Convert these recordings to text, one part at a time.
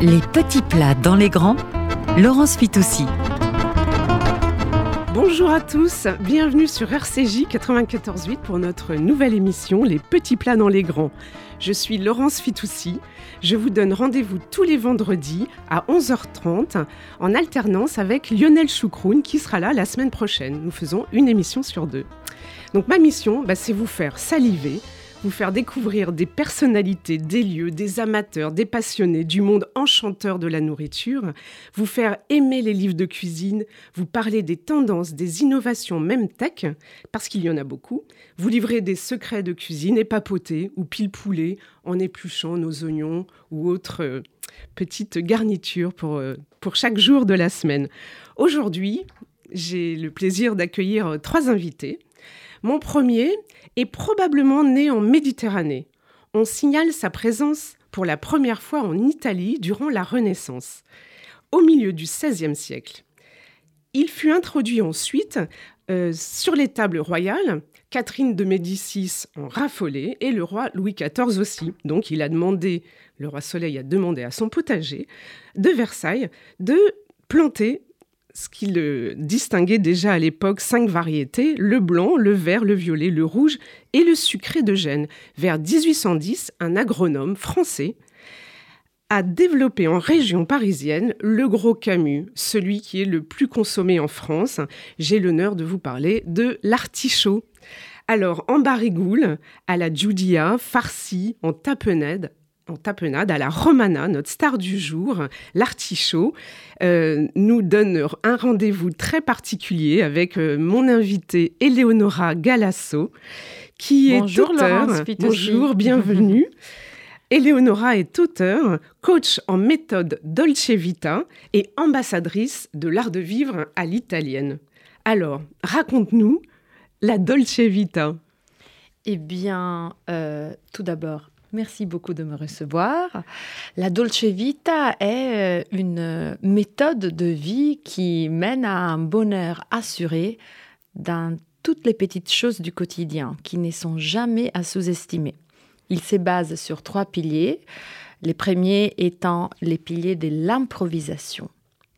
Les petits plats dans les grands, Laurence Fitoussi. Bonjour à tous, bienvenue sur RCJ 94.8 pour notre nouvelle émission Les petits plats dans les grands. Je suis Laurence Fitoussi, je vous donne rendez-vous tous les vendredis à 11h30 en alternance avec Lionel Choucroune qui sera là la semaine prochaine. Nous faisons une émission sur 2. Donc ma mission, c'est vous faire saliver, vous faire découvrir des personnalités, des lieux, des amateurs, des passionnés du monde enchanteur de la nourriture, vous faire aimer les livres de cuisine, vous parler des tendances, des innovations, même tech, parce qu'il y en a beaucoup, vous livrer des secrets de cuisine et papoter ou pile-poulet en épluchant nos oignons ou autres petites garnitures pour chaque jour de la semaine. Aujourd'hui, j'ai le plaisir d'accueillir 3 invités. Mon premier est probablement né en Méditerranée. On signale sa présence pour la première fois en Italie durant la Renaissance, au milieu du XVIe siècle. Il fut introduit ensuite sur les tables royales. Catherine de Médicis en raffolait et le roi Louis XIV aussi. Donc le roi Soleil a demandé à son potager de Versailles de planter ce qui le distinguait déjà à l'époque, 5 variétés, le blanc, le vert, le violet, le rouge et le sucré de Gênes. Vers 1810, un agronome français a développé en région parisienne le gros Camus, celui qui est le plus consommé en France. J'ai l'honneur de vous parler de l'artichaut. Alors, en barigoule, à la giudia, farci, en tapenade, à la romana, notre star du jour, l'artichaut, nous donne un rendez-vous très particulier avec mon invitée Eleonora Galasso, qui est auteure. Bonjour, bienvenue. Eleonora est auteure, coach en méthode Dolce Vita et ambassadrice de l'art de vivre à l'italienne. Alors, raconte-nous la Dolce Vita. Eh bien, tout d'abord, merci beaucoup de me recevoir. La Dolce Vita est une méthode de vie qui mène à un bonheur assuré dans toutes les petites choses du quotidien qui ne sont jamais à sous-estimer. Il se base sur 3 piliers, les premiers étant les piliers de l'improvisation.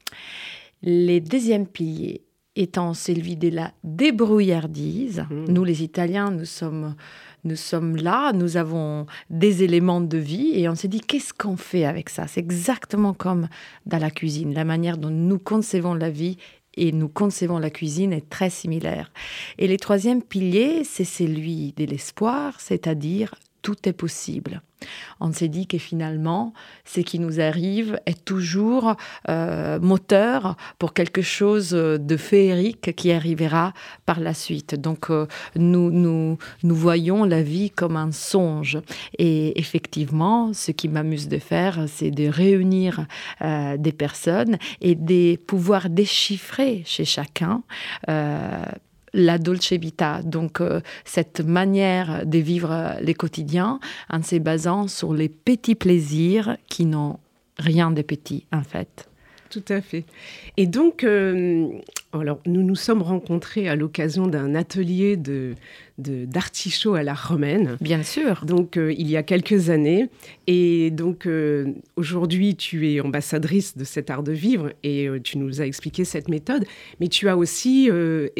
Les deuxièmes piliers étant celui de la débrouillardise. Nous, les Italiens, nous sommes là, nous avons des éléments de vie et on s'est dit, qu'est-ce qu'on fait avec ça ? C'est exactement comme dans la cuisine. La manière dont nous concevons la vie et nous concevons la cuisine est très similaire. Et le 3e pilier, c'est celui de l'espoir, c'est-à-dire tout est possible. On s'est dit que finalement, ce qui nous arrive est toujours moteur pour quelque chose de féerique qui arrivera par la suite. Donc, nous voyons la vie comme un songe. Et effectivement, ce qui m'amuse de faire, c'est de réunir des personnes et de pouvoir déchiffrer chez chacun la Dolce Vita, donc cette manière de vivre les quotidiens en se basant sur les petits plaisirs qui n'ont rien de petit en fait. Tout à fait. Et donc, alors, nous nous sommes rencontrés à l'occasion d'un atelier d'artichaut à la romaine. Bien sûr. Donc, il y a quelques années. Et donc, aujourd'hui, tu es ambassadrice de cet art de vivre et tu nous as expliqué cette méthode. Mais tu as aussi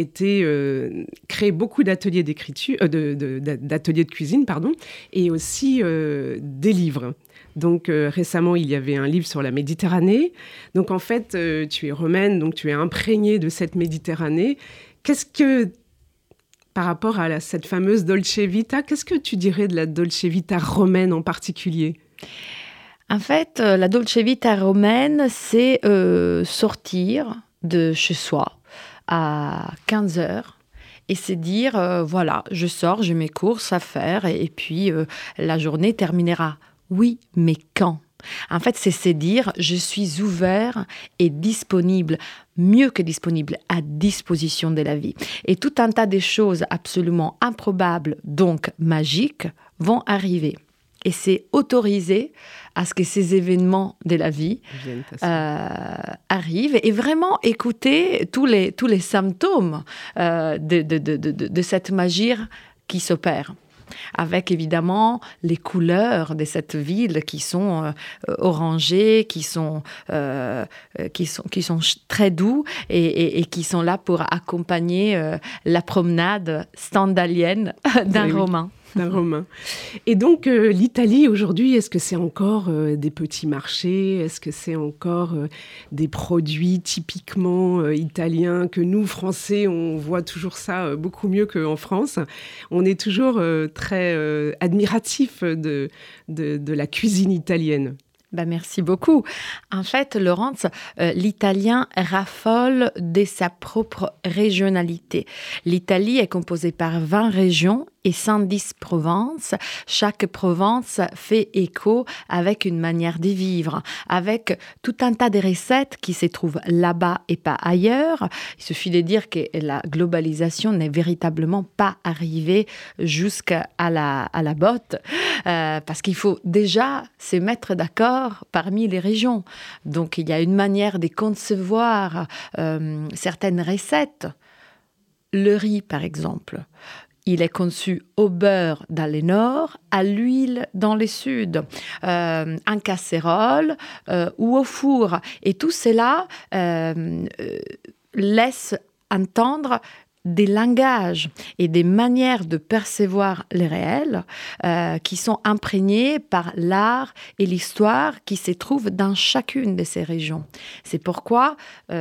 créé beaucoup d'ateliers d'écriture, d'ateliers de cuisine, et aussi des livres. Donc récemment, il y avait un livre sur la Méditerranée. Donc en fait, tu es romaine, donc tu es imprégnée de cette Méditerranée. Qu'est-ce que, par rapport à cette fameuse Dolce Vita, qu'est-ce que tu dirais de la Dolce Vita romaine en particulier ? En fait, la Dolce Vita romaine, c'est sortir de chez soi à 15h. Et c'est dire, voilà, je sors, j'ai mes courses à faire et puis la journée terminera. Oui, mais quand ? En fait, c'est dire, je suis ouvert et disponible, mieux que disponible, à disposition de la vie. Et tout un tas de choses absolument improbables, donc magiques, vont arriver. Et c'est autorisé à ce que ces événements de la vie arrivent et vraiment écouter tous les symptômes de cette magie qui s'opère. avec évidemment les couleurs de cette ville qui sont orangées, qui sont très doux et qui sont là pour accompagner la promenade stendhalienne d'un Romain. D'un Romain. Et donc, l'Italie, aujourd'hui, est-ce que c'est encore des petits marchés? Est-ce que c'est encore des produits typiquement italiens que nous, Français, on voit toujours ça beaucoup mieux qu'en France? On est toujours très admiratifs de la cuisine italienne. Merci beaucoup. En fait, Laurence, l'italien raffole de sa propre régionalité. L'Italie est composée par 20 régions et 110 provinces. Chaque province fait écho avec une manière de vivre, avec tout un tas de recettes qui se trouvent là-bas et pas ailleurs. Il suffit de dire que la globalisation n'est véritablement pas arrivée jusqu'à la botte, parce qu'il faut déjà se mettre d'accord parmi les régions. Donc, il y a une manière de concevoir certaines recettes. Le riz, par exemple. Il est conçu au beurre dans le nord, à l'huile dans le sud, en casserole ou au four. Et tout cela laisse entendre des langages et des manières de percevoir le réel qui sont imprégnés par l'art et l'histoire qui se trouvent dans chacune de ces régions. C'est pourquoi,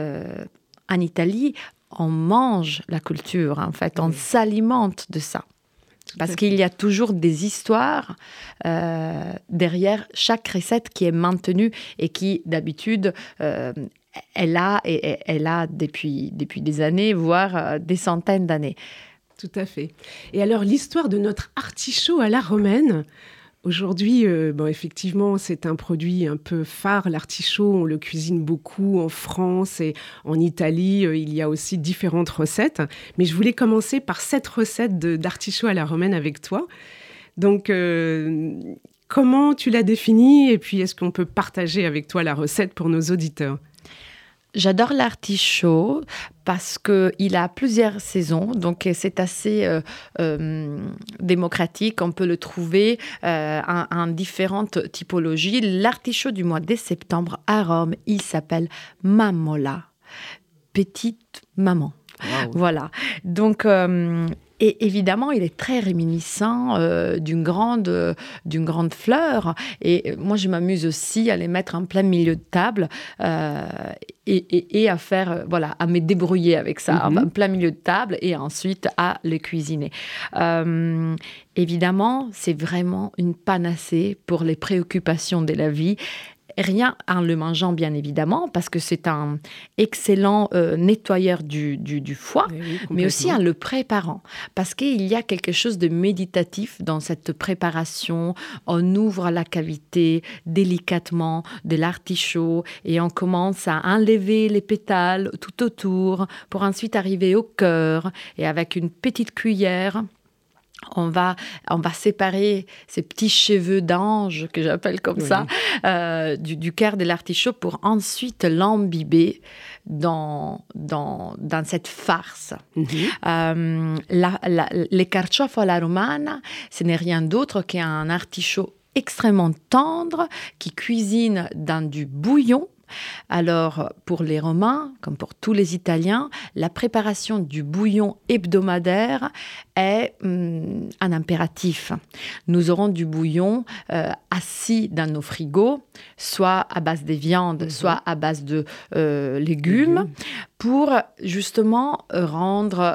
en Italie, on mange la culture, en fait, on s'alimente de ça. Parce qu'il y a toujours des histoires derrière chaque recette qui est maintenue et qui, d'habitude, elle a depuis des années, voire des centaines d'années. Tout à fait. Et alors, l'histoire de notre artichaut à la romaine. Aujourd'hui, effectivement, c'est un produit un peu phare, l'artichaut. On le cuisine beaucoup en France et en Italie. Il y a aussi différentes recettes. Mais je voulais commencer par cette recette d'artichaut à la romaine avec toi. Donc, comment tu l'as définie? Et puis, est-ce qu'on peut partager avec toi la recette pour nos auditeurs? J'adore l'artichaut parce qu'il a plusieurs saisons, donc c'est assez démocratique. On peut le trouver en différentes typologies. L'artichaut du mois de septembre à Rome, il s'appelle mammola, petite maman. Wow. Voilà. Donc, et évidemment, il est très réminiscent d'une grande fleur. Et moi, je m'amuse aussi à les mettre en plein milieu de table et à faire, à me débrouiller avec ça, en plein milieu de table et ensuite à le cuisiner. Évidemment, c'est vraiment une panacée pour les préoccupations de la vie. Rien en le mangeant, bien évidemment, parce que c'est un excellent nettoyeur du foie, oui, mais aussi en le préparant, parce qu'il y a quelque chose de méditatif dans cette préparation. On ouvre la cavité délicatement de l'artichaut et on commence à enlever les pétales tout autour pour ensuite arriver au cœur et avec une petite cuillère, on va séparer ces petits cheveux d'ange, que j'appelle comme ça, du cœur de l'artichaut pour ensuite l'imbiber dans cette farce. Les carciofo alla romana, ce n'est rien d'autre qu'un artichaut extrêmement tendre qui cuisine dans du bouillon. Alors, pour les Romains, comme pour tous les Italiens, la préparation du bouillon hebdomadaire est un impératif. Nous aurons du bouillon assis dans nos frigos, soit à base de viande, soit à base de légumes, pour justement rendre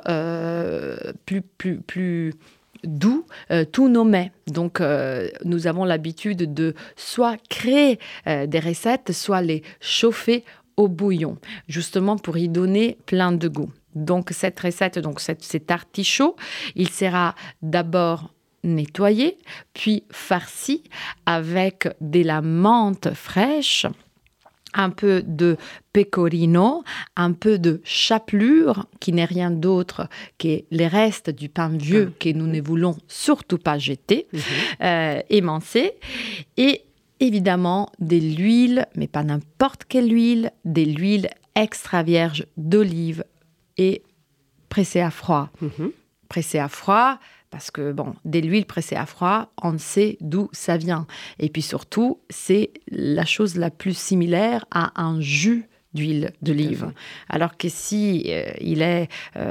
plus doux tous nos mets. Donc, nous avons l'habitude de soit créer des recettes, soit les chauffer au bouillon, justement pour y donner plein de goût. Donc, cette recette, cet artichaut, il sera d'abord nettoyé, puis farci avec de la menthe fraîche, un peu de pecorino, un peu de chapelure, qui n'est rien d'autre que les restes du pain vieux que nous ne voulons surtout pas jeter, émincé, et évidemment de l'huile, mais pas n'importe quelle huile, de l'huile extra vierge d'olive et pressée à froid. Pressée à froid, Parce que, de l'huile pressée à froid, on sait d'où ça vient. Et puis surtout, c'est la chose la plus similaire à un jus d'huile d'olive. Alors que si il est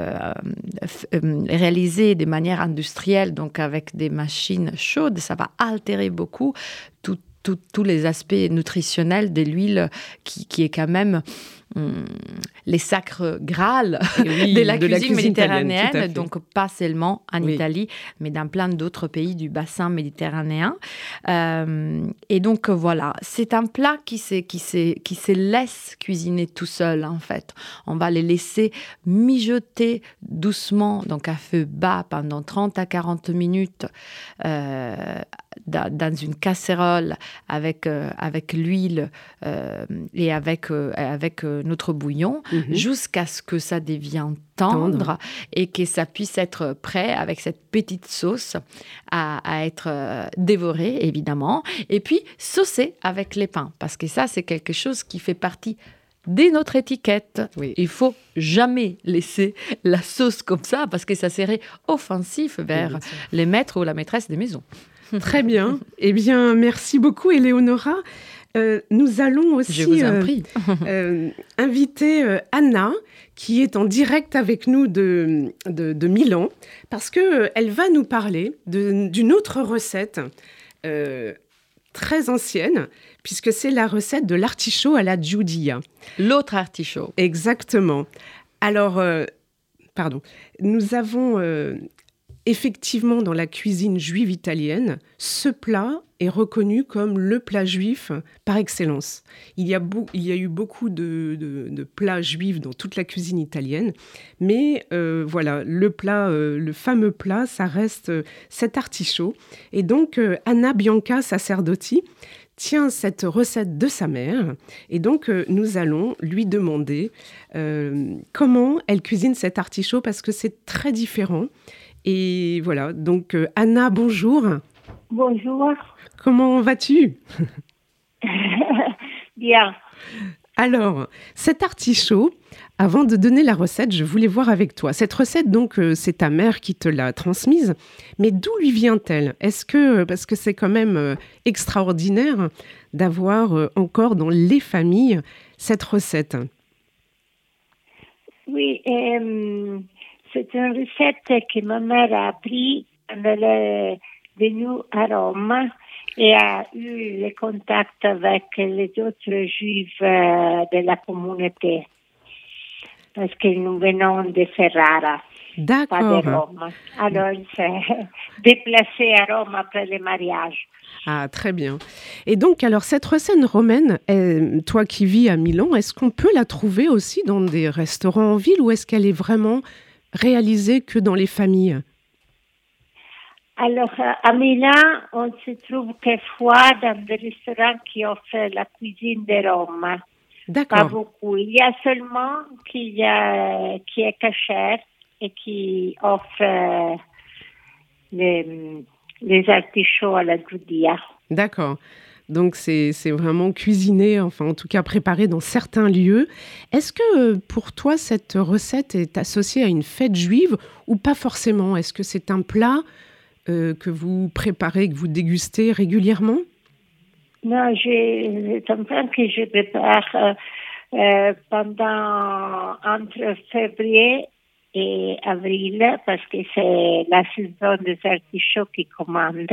réalisé de manière industrielle, donc avec des machines chaudes, ça va altérer beaucoup tous les aspects nutritionnels de l'huile qui est quand même les sacres Graal de la cuisine méditerranéenne, donc pas seulement en Italie, mais dans plein d'autres pays du bassin méditerranéen. Et donc voilà, c'est un plat qui se laisse cuisiner tout seul en fait. On va les laisser mijoter doucement, donc à feu bas pendant 30 à 40 minutes dans une casserole avec l'huile et avec notre bouillon, jusqu'à ce que ça devienne tendre et que ça puisse être prêt avec cette petite sauce à être dévoré, évidemment. Et puis, saucer avec les pains, parce que ça, c'est quelque chose qui fait partie de notre étiquette. Oui. Il faut jamais laisser la sauce comme ça, parce que ça serait offensif vers les maîtres ou la maîtresse des maisons. Très bien. Eh bien, merci beaucoup, Éléonora. Nous allons aussi Je vous en prie. inviter Anna, qui est en direct avec nous de Milan, parce qu'elle va nous parler d'une autre recette très ancienne, puisque c'est la recette de l'artichaut à la Giudia. L'autre artichaut. Exactement. Alors, nous avons effectivement dans la cuisine juive italienne, ce plat est reconnu comme le plat juif par excellence. Il y a eu beaucoup de plats juifs dans toute la cuisine italienne, mais voilà, le fameux plat, ça reste cet artichaut. Et donc, Anna Bianca Sacerdoti tient cette recette de sa mère, et donc nous allons lui demander comment elle cuisine cet artichaut, parce que c'est très différent. Et voilà, donc Anna, bonjour. Bonjour. Comment vas-tu? Bien. Alors, cet artichaut, avant de donner la recette, je voulais voir avec toi. Cette recette, donc, c'est ta mère qui te l'a transmise, mais d'où lui vient-elle? Parce que c'est quand même extraordinaire d'avoir encore dans les familles cette recette. Oui, c'est une recette que ma mère a appris quand elle est venue à Rome et a eu le contact avec les autres juifs de la communauté. Parce que nous venons de Ferrara, D'accord. pas de Rome. Alors, il s'est déplacé à Rome après le mariage. Ah, très bien. Et donc, alors, cette recette romaine, toi qui vis à Milan, est-ce qu'on peut la trouver aussi dans des restaurants en ville, ou est-ce qu'elle est vraiment réalisée que dans les familles? Alors, à Milan, on se trouve quelquefois dans des restaurants qui offrent la cuisine de Rome. D'accord. Pas beaucoup. Il y a seulement qui est cachère et qui offre les artichauts à la Giudia. D'accord. Donc, c'est vraiment cuisiné, enfin, en tout cas préparé dans certains lieux. Est-ce que pour toi, cette recette est associée à une fête juive ou pas forcément? Est-ce que c'est un plat que vous préparez, que vous dégustez régulièrement? Non, c'est un plat que je prépare entre février et avril, parce que c'est la saison des artichauts qui commande.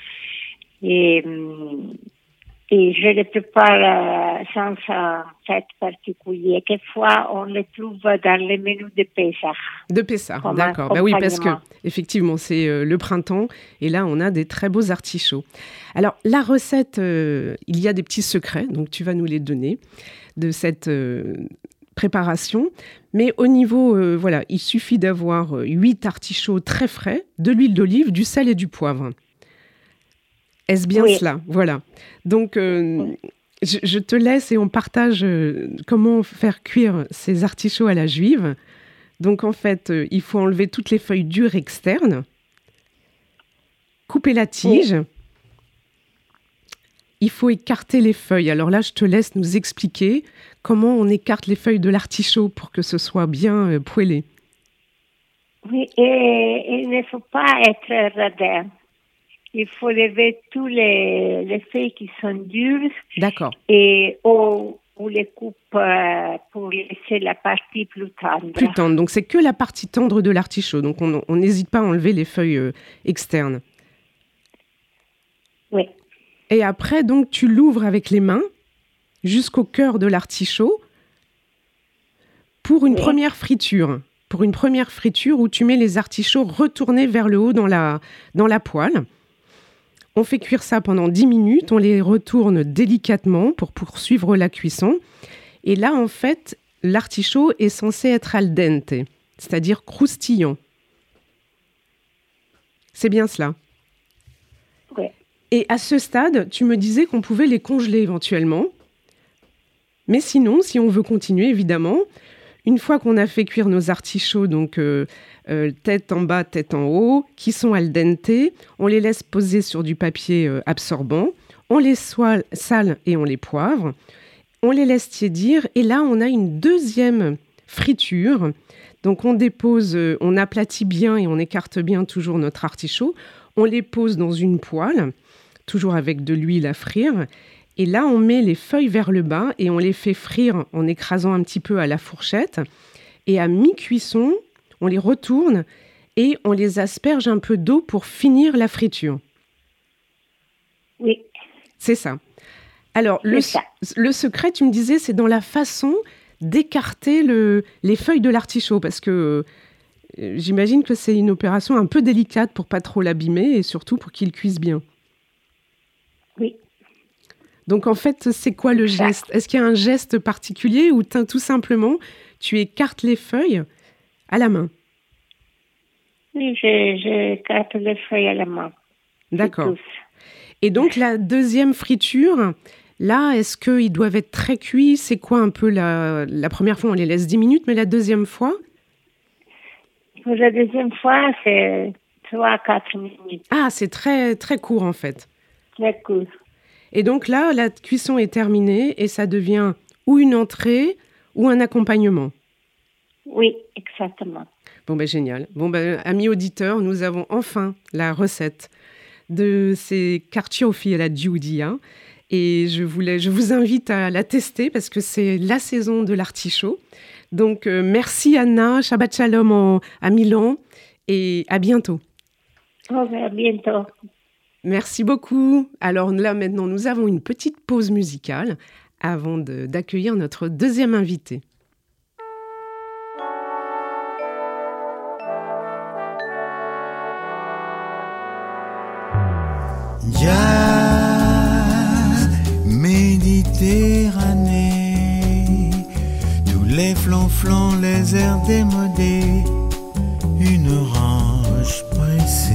Et je les prépare sans un fête particulier. Quelquefois, on les trouve dans les menus de Pessah. De Pessah, d'accord. Bah oui, parce que effectivement, c'est le printemps et là, on a des très beaux artichauts. Alors, la recette, il y a des petits secrets, donc tu vas nous les donner de cette préparation. Mais au niveau, voilà, il suffit d'avoir 8 artichauts très frais, de l'huile d'olive, du sel et du poivre. Est-ce bien cela? Voilà. Donc, je te laisse et on partage comment faire cuire ces artichauts à la juive. Donc, en fait, il faut enlever toutes les feuilles dures externes, couper la tige. Oui. Il faut écarter les feuilles. Alors là, je te laisse nous expliquer comment on écarte les feuilles de l'artichaut pour que ce soit bien poêlé. Oui, et il ne faut pas être radin. Il faut lever tous les feuilles qui sont dures. D'accord. Et on les coupe pour laisser la partie plus tendre. Plus tendre. Donc, c'est que la partie tendre de l'artichaut. Donc, on n'hésite pas à enlever les feuilles externes. Oui. Et après, donc, tu l'ouvres avec les mains jusqu'au cœur de l'artichaut pour une première friture. Pour une première friture où tu mets les artichauts retournés vers le haut dans la poêle. On fait cuire ça pendant 10 minutes, on les retourne délicatement pour poursuivre la cuisson. Et là, en fait, l'artichaut est censé être al dente, c'est-à-dire croustillant. C'est bien cela. Oui. Et à ce stade, tu me disais qu'on pouvait les congeler éventuellement. Mais sinon, si on veut continuer, évidemment, une fois qu'on a fait cuire nos artichauts, donc tête en bas, tête en haut, qui sont al dente, on les laisse poser sur du papier absorbant, on les sale et on les poivre, on les laisse tiédir et là on a une deuxième friture. Donc on dépose, on aplatit bien et on écarte bien toujours notre artichaut, on les pose dans une poêle, toujours avec de l'huile à frire. Et là, on met les feuilles vers le bas et on les fait frire en écrasant un petit peu à la fourchette. Et à mi-cuisson, on les retourne et on les asperge un peu d'eau pour finir la friture. Oui. C'est ça. Alors, le secret, tu me disais, c'est dans la façon d'écarter les feuilles de l'artichaut parce que j'imagine que c'est une opération un peu délicate pour pas trop l'abîmer et surtout pour qu'il cuise bien. Oui. Donc, en fait, c'est quoi le geste ? Est-ce qu'il y a un geste particulier ou tout simplement, tu écartes les feuilles à la main ? Oui, j'écarte les feuilles à la main. D'accord. Et donc, la deuxième friture, là, est-ce qu'ils doivent être très cuits ? C'est quoi un peu la première fois, on les laisse 10 minutes, mais la deuxième fois ? Pour la deuxième fois, c'est 3-4 minutes. Ah, c'est très, très court, en fait. Très court. Et donc là, la cuisson est terminée et ça devient ou une entrée ou un accompagnement. Oui, exactement. Bon, ben génial. Bon, ben, amis auditeurs, nous avons enfin la recette de ces carciofi alla giudia. Et je vous invite à la tester parce que c'est la saison de l'artichaut. Donc, merci Anna, Shabbat Shalom à Milan et à bientôt. Oh, à bientôt. Merci beaucoup. Alors là, maintenant, nous avons une petite pause musicale avant d'accueillir notre deuxième invité. Jazz, Méditerranée, tous les flonflons, les airs démodés, une orange pressée.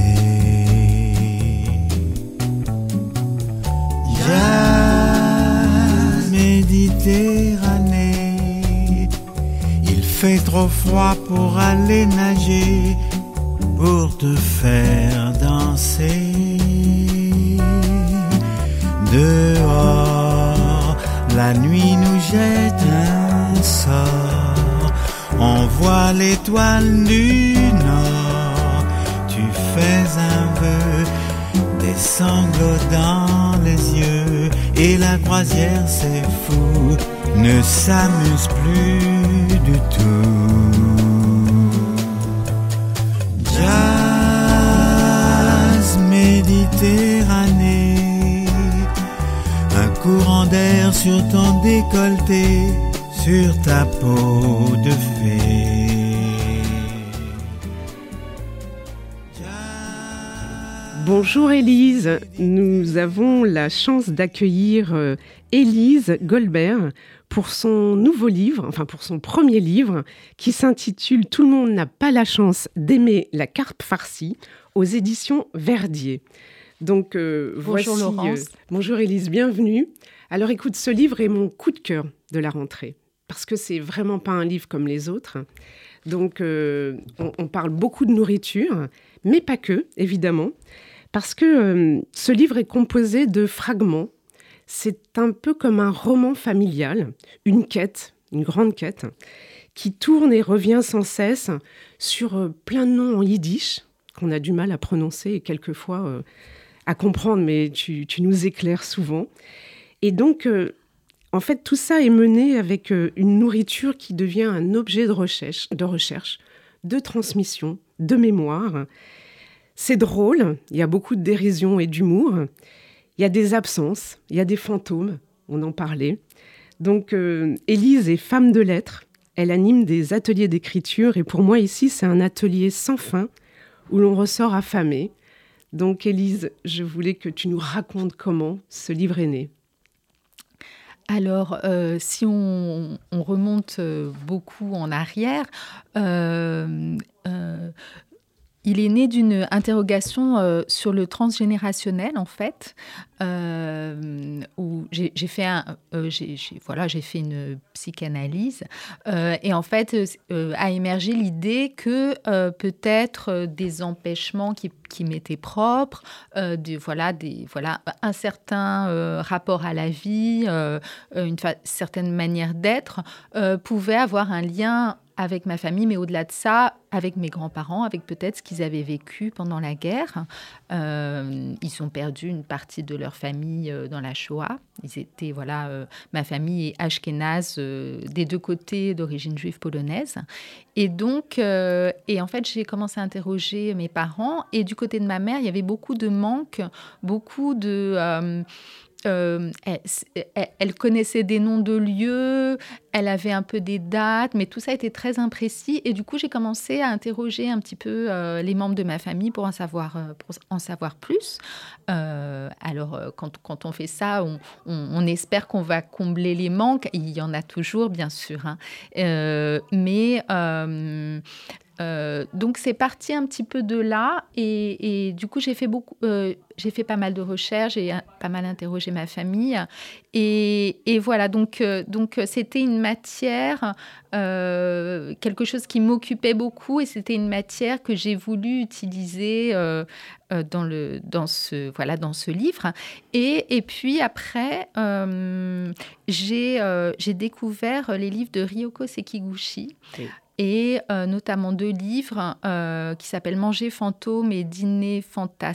Jazz, Méditerranée, il fait trop froid pour aller nager, pour te faire danser. Dehors, la nuit nous jette un sort, on voit l'étoile du nord, tu fais un vœu, des sanglots dans les yeux, et la croisière c'est fou, ne s'amuse plus du tout. Jazz, Méditerranée, un courant d'air sur ton décolleté, sur ta peau de fée. Bonjour Élise, nous avons la chance d'accueillir Élise Goldberg pour son nouveau livre, enfin pour son premier livre, qui s'intitule « Tout le monde n'a pas la chance d'aimer la carpe farcie » aux éditions Verdier. Donc, bonjour Laurence. Bonjour Élise, bienvenue. Alors écoute, ce livre est mon coup de cœur de la rentrée, parce que c'est vraiment pas un livre comme les autres. Donc, on parle beaucoup de nourriture, mais pas que, évidemment, parce que ce livre est composé de fragments. C'est un peu comme un roman familial, une quête, une grande quête, qui tourne et revient sans cesse sur plein de noms en yiddish qu'on a du mal à prononcer et quelquefois à comprendre, mais tu nous éclaires souvent. Et donc, en fait, tout ça est mené avec une nourriture qui devient un objet de recherche, de transmission, de mémoire. C'est drôle, il y a beaucoup de dérision et d'humour. Il y a des absences, il y a des fantômes, on en parlait. Donc, Élise est femme de lettres. Elle anime des ateliers d'écriture. Et pour moi, ici, c'est un atelier sans fin où l'on ressort affamé. Donc, Élise, je voulais que tu nous racontes comment ce livre est né. Alors, si on remonte beaucoup en arrière, il est né d'une interrogation sur le transgénérationnel, en fait, où j'ai fait une psychanalyse. Et en fait, a émergé l'idée que peut-être des empêchements qui m'étaient propres, un certain rapport à la vie, une certaine manière d'être, pouvaient avoir un lien avec ma famille, mais au-delà de ça, avec mes grands-parents, avec peut-être ce qu'ils avaient vécu pendant la guerre. Ils ont perdu une partie de leur famille dans la Shoah. Ils étaient, ma famille est ashkénaze des deux côtés d'origine juive polonaise. Et donc, en fait, j'ai commencé à interroger mes parents. Et du côté de ma mère, il y avait beaucoup de manques, beaucoup de... Elle connaissait des noms de lieux, elle avait un peu des dates, mais tout ça était très imprécis. Et du coup, j'ai commencé à interroger un petit peu les membres de ma famille pour en savoir plus. Alors, quand on fait ça, on espère qu'on va combler les manques. Il y en a toujours, bien sûr. Donc c'est parti un petit peu de là et du coup j'ai fait pas mal de recherches, j'ai pas mal interrogé ma famille et voilà donc c'était une matière, quelque chose qui m'occupait beaucoup et c'était une matière que j'ai voulu utiliser dans ce livre et puis après j'ai découvert les livres de Ryoko Sekiguchi. Oui. Et notamment 2 livres qui s'appellent « Manger fantôme » et « Dîner fantasma »,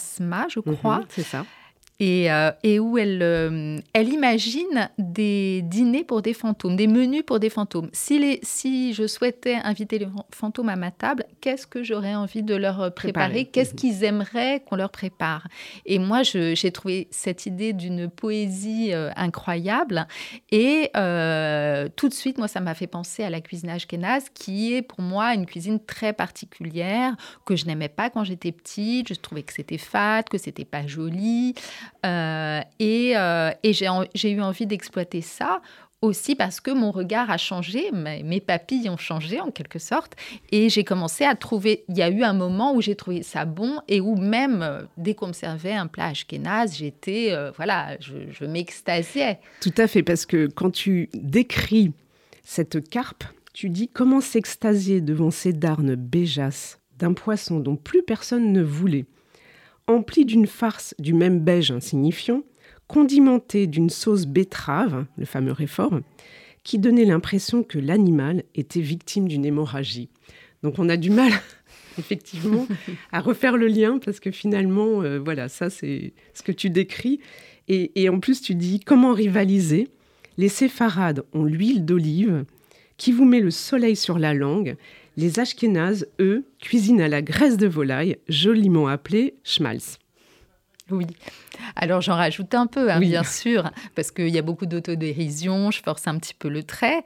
je crois. C'est ça. Et où elle imagine des dîners pour des fantômes, des menus pour des fantômes. Si je souhaitais inviter les fantômes à ma table, qu'est-ce que j'aurais envie de leur préparer ? Qu'est-ce qu'ils aimeraient qu'on leur prépare ? Et moi, j'ai trouvé cette idée d'une poésie incroyable. Et tout de suite, moi, ça m'a fait penser à la cuisine ashkénaze, qui est pour moi une cuisine très particulière, que je n'aimais pas quand j'étais petite. Je trouvais que c'était fade, que c'était pas joli. Et j'ai eu envie d'exploiter ça aussi parce que mon regard a changé, mes papilles ont changé en quelque sorte et j'ai commencé à trouver, il y a eu un moment où j'ai trouvé ça bon et où même dès qu'on me servait un plat ashkénaze, j'étais, je m'extasiais. Tout à fait, parce que quand tu décris cette carpe, tu dis comment s'extasier devant ces darnes béjasses d'un poisson dont plus personne ne voulait, empli d'une farce du même beige insignifiant, condimenté d'une sauce betterave, le fameux réfort, qui donnait l'impression que l'animal était victime d'une hémorragie. Donc on a du mal, effectivement, à refaire le lien, parce que finalement, ça c'est ce que tu décris. Et en plus, tu dis comment rivaliser. Les séfarades ont l'huile d'olive qui vous met le soleil sur la langue. Les ashkénazes, eux, cuisinent à la graisse de volaille, joliment appelée schmaltz. Oui. Alors, j'en rajoute un peu, bien sûr, parce qu'il y a beaucoup d'autodérision, je force un petit peu le trait.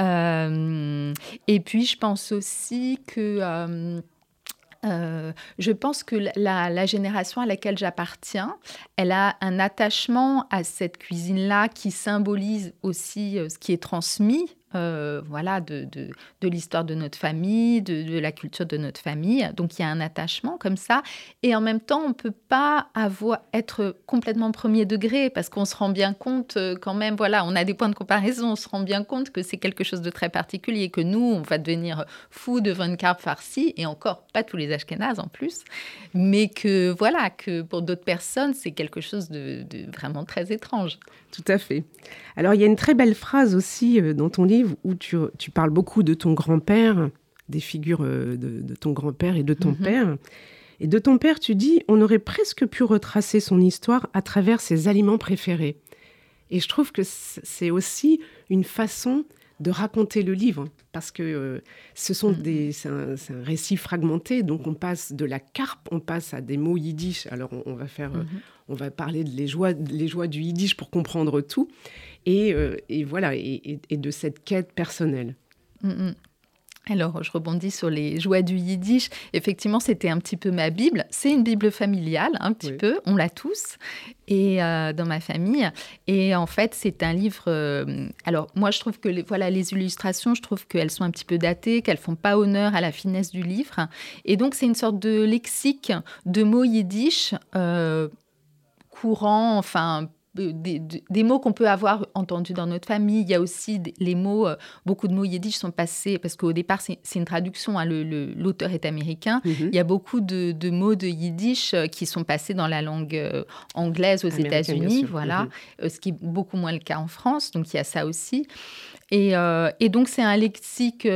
Et puis, je pense aussi que... je pense que la génération à laquelle j'appartiens, elle a un attachement à cette cuisine-là qui symbolise aussi ce qui est transmis. De l'histoire de notre famille, de la culture de notre famille. Donc, il y a un attachement comme ça. Et en même temps, on ne peut pas être complètement premier degré parce qu'on se rend bien compte quand même, on a des points de comparaison. On se rend bien compte que c'est quelque chose de très particulier, que nous, on va devenir fous devant une carpe farcie et encore pas tous les ashkénazes en plus. Mais que pour d'autres personnes, c'est quelque chose de vraiment très étrange. Tout à fait. Alors, il y a une très belle phrase aussi dans ton livre livre où tu parles beaucoup de ton grand-père, des figures de ton grand-père et de ton père. Et de ton père, tu dis, on aurait presque pu retracer son histoire à travers ses aliments préférés. Et je trouve que c'est aussi une façon de raconter le livre, parce que c'est un récit fragmenté, donc on passe de la carpe, on passe à des mots yiddish. Alors on va parler de les joies du yiddish pour comprendre tout, et voilà, et de cette quête personnelle. Alors, je rebondis sur les joies du yiddish. Effectivement, c'était un petit peu ma Bible. C'est une Bible familiale, un petit peu. On l'a tous, et dans ma famille. Et en fait, c'est un livre... alors, moi, je trouve que les illustrations, je trouve qu'elles sont un petit peu datées, qu'elles ne font pas honneur à la finesse du livre. Et donc, c'est une sorte de lexique de mots yiddish courants, enfin... Des mots qu'on peut avoir entendus dans notre famille. Il y a aussi les mots, beaucoup de mots yiddish sont passés, parce qu'au départ, c'est une traduction, hein, l'auteur est américain. Il y a beaucoup de mots de yiddish qui sont passés dans la langue anglaise aux États-Unis, voilà, ce qui est beaucoup moins le cas en France, donc il y a ça aussi. Et donc, c'est un lexique,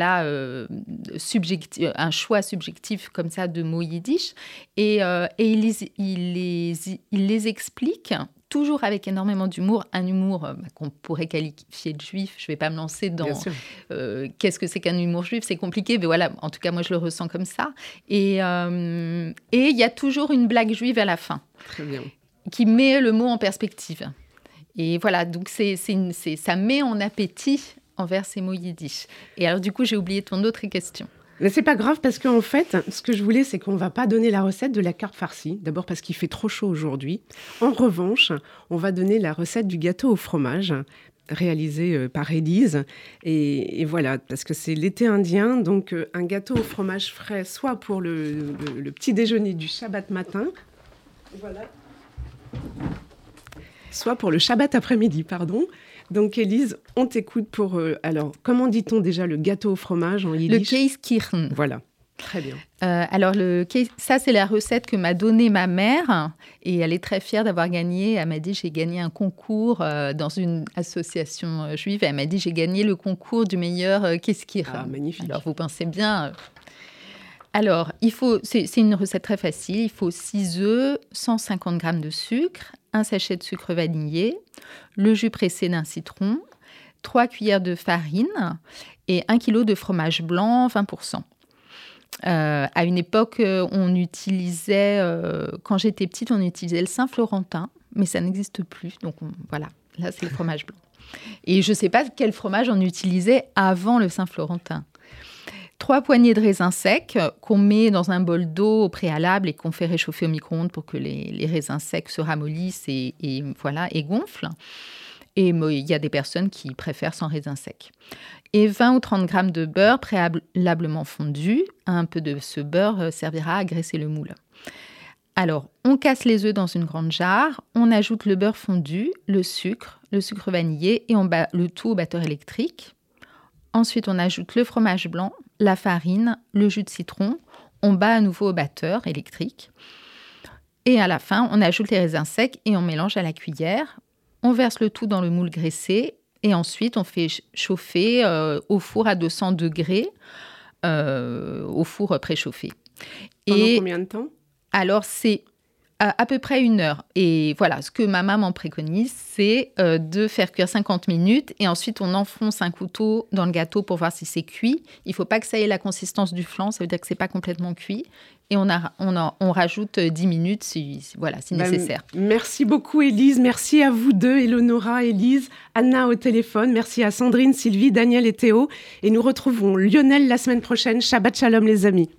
subjectif, un choix subjectif comme ça de mots yiddish. Et il les explique toujours avec énormément d'humour, un humour qu'on pourrait qualifier de juif. Je ne vais pas me lancer dans qu'est-ce que c'est qu'un humour juif, c'est compliqué, mais voilà, en tout cas, moi, je le ressens comme ça. Et il y a toujours une blague juive à la fin. Très bien. Qui met le mot en perspective. Et voilà, donc ça met en appétit envers ces mots yiddish. Et alors, du coup, j'ai oublié ton autre question. Mais c'est pas grave, parce qu'en fait, ce que je voulais, c'est qu'on va pas donner la recette de la carpe farcie. D'abord parce qu'il fait trop chaud aujourd'hui. En revanche, on va donner la recette du gâteau au fromage, réalisé par Élise. Et voilà, parce que c'est l'été indien, donc un gâteau au fromage frais, soit pour le petit déjeuner du Shabbat matin, voilà, soit pour le Shabbat après-midi, pardon. Donc, Élise, on t'écoute pour... alors, comment dit-on déjà le gâteau au fromage en yiddish ? Le Käskirchen. Voilà, très bien. Alors, ça, c'est la recette que m'a donnée ma mère. Et elle est très fière d'avoir gagné. Elle m'a dit, j'ai gagné un concours dans une association juive. Elle m'a dit, j'ai gagné le concours du meilleur Käskirchen. Ah, magnifique. Alors, vous pensez bien... Alors, c'est une recette très facile. Il faut 6 œufs, 150 g de sucre, un sachet de sucre vanillé, le jus pressé d'un citron, 3 cuillères de farine et 1 kg de fromage blanc, 20%. À une époque, on utilisait, quand j'étais petite, on utilisait le Saint-Florentin, mais ça n'existe plus. Donc, voilà, là, c'est le fromage blanc. Et je ne sais pas quel fromage on utilisait avant le Saint-Florentin. 3 poignées de raisins secs qu'on met dans un bol d'eau au préalable et qu'on fait réchauffer au micro-ondes pour que les raisins secs se ramollissent et gonflent. Et il y a des personnes qui préfèrent sans raisins secs. Et 20 ou 30 grammes de beurre préalablement fondu. Un peu de ce beurre servira à graisser le moule. Alors, on casse les œufs dans une grande jarre, on ajoute le beurre fondu, le sucre vanillé et on bat le tout au batteur électrique. Ensuite, on ajoute le fromage blanc, la farine, le jus de citron. On bat à nouveau au batteur électrique. Et à la fin, on ajoute les raisins secs et on mélange à la cuillère. On verse le tout dans le moule graissé. Et ensuite, on fait chauffer au four à 200 degrés, au four préchauffé. Pendant combien de temps ? Alors, c'est à peu près 1 heure. Et voilà, ce que ma maman préconise, c'est de faire cuire 50 minutes et ensuite on enfonce un couteau dans le gâteau pour voir si c'est cuit. Il ne faut pas que ça ait la consistance du flan, ça veut dire que ce n'est pas complètement cuit. Et on rajoute 10 minutes si nécessaire. Merci beaucoup, Élise. Merci à vous deux, Eleonora, Élise, Anna au téléphone. Merci à Sandrine, Sylvie, Daniel et Théo. Et nous retrouvons Lionel la semaine prochaine. Shabbat Shalom, les amis.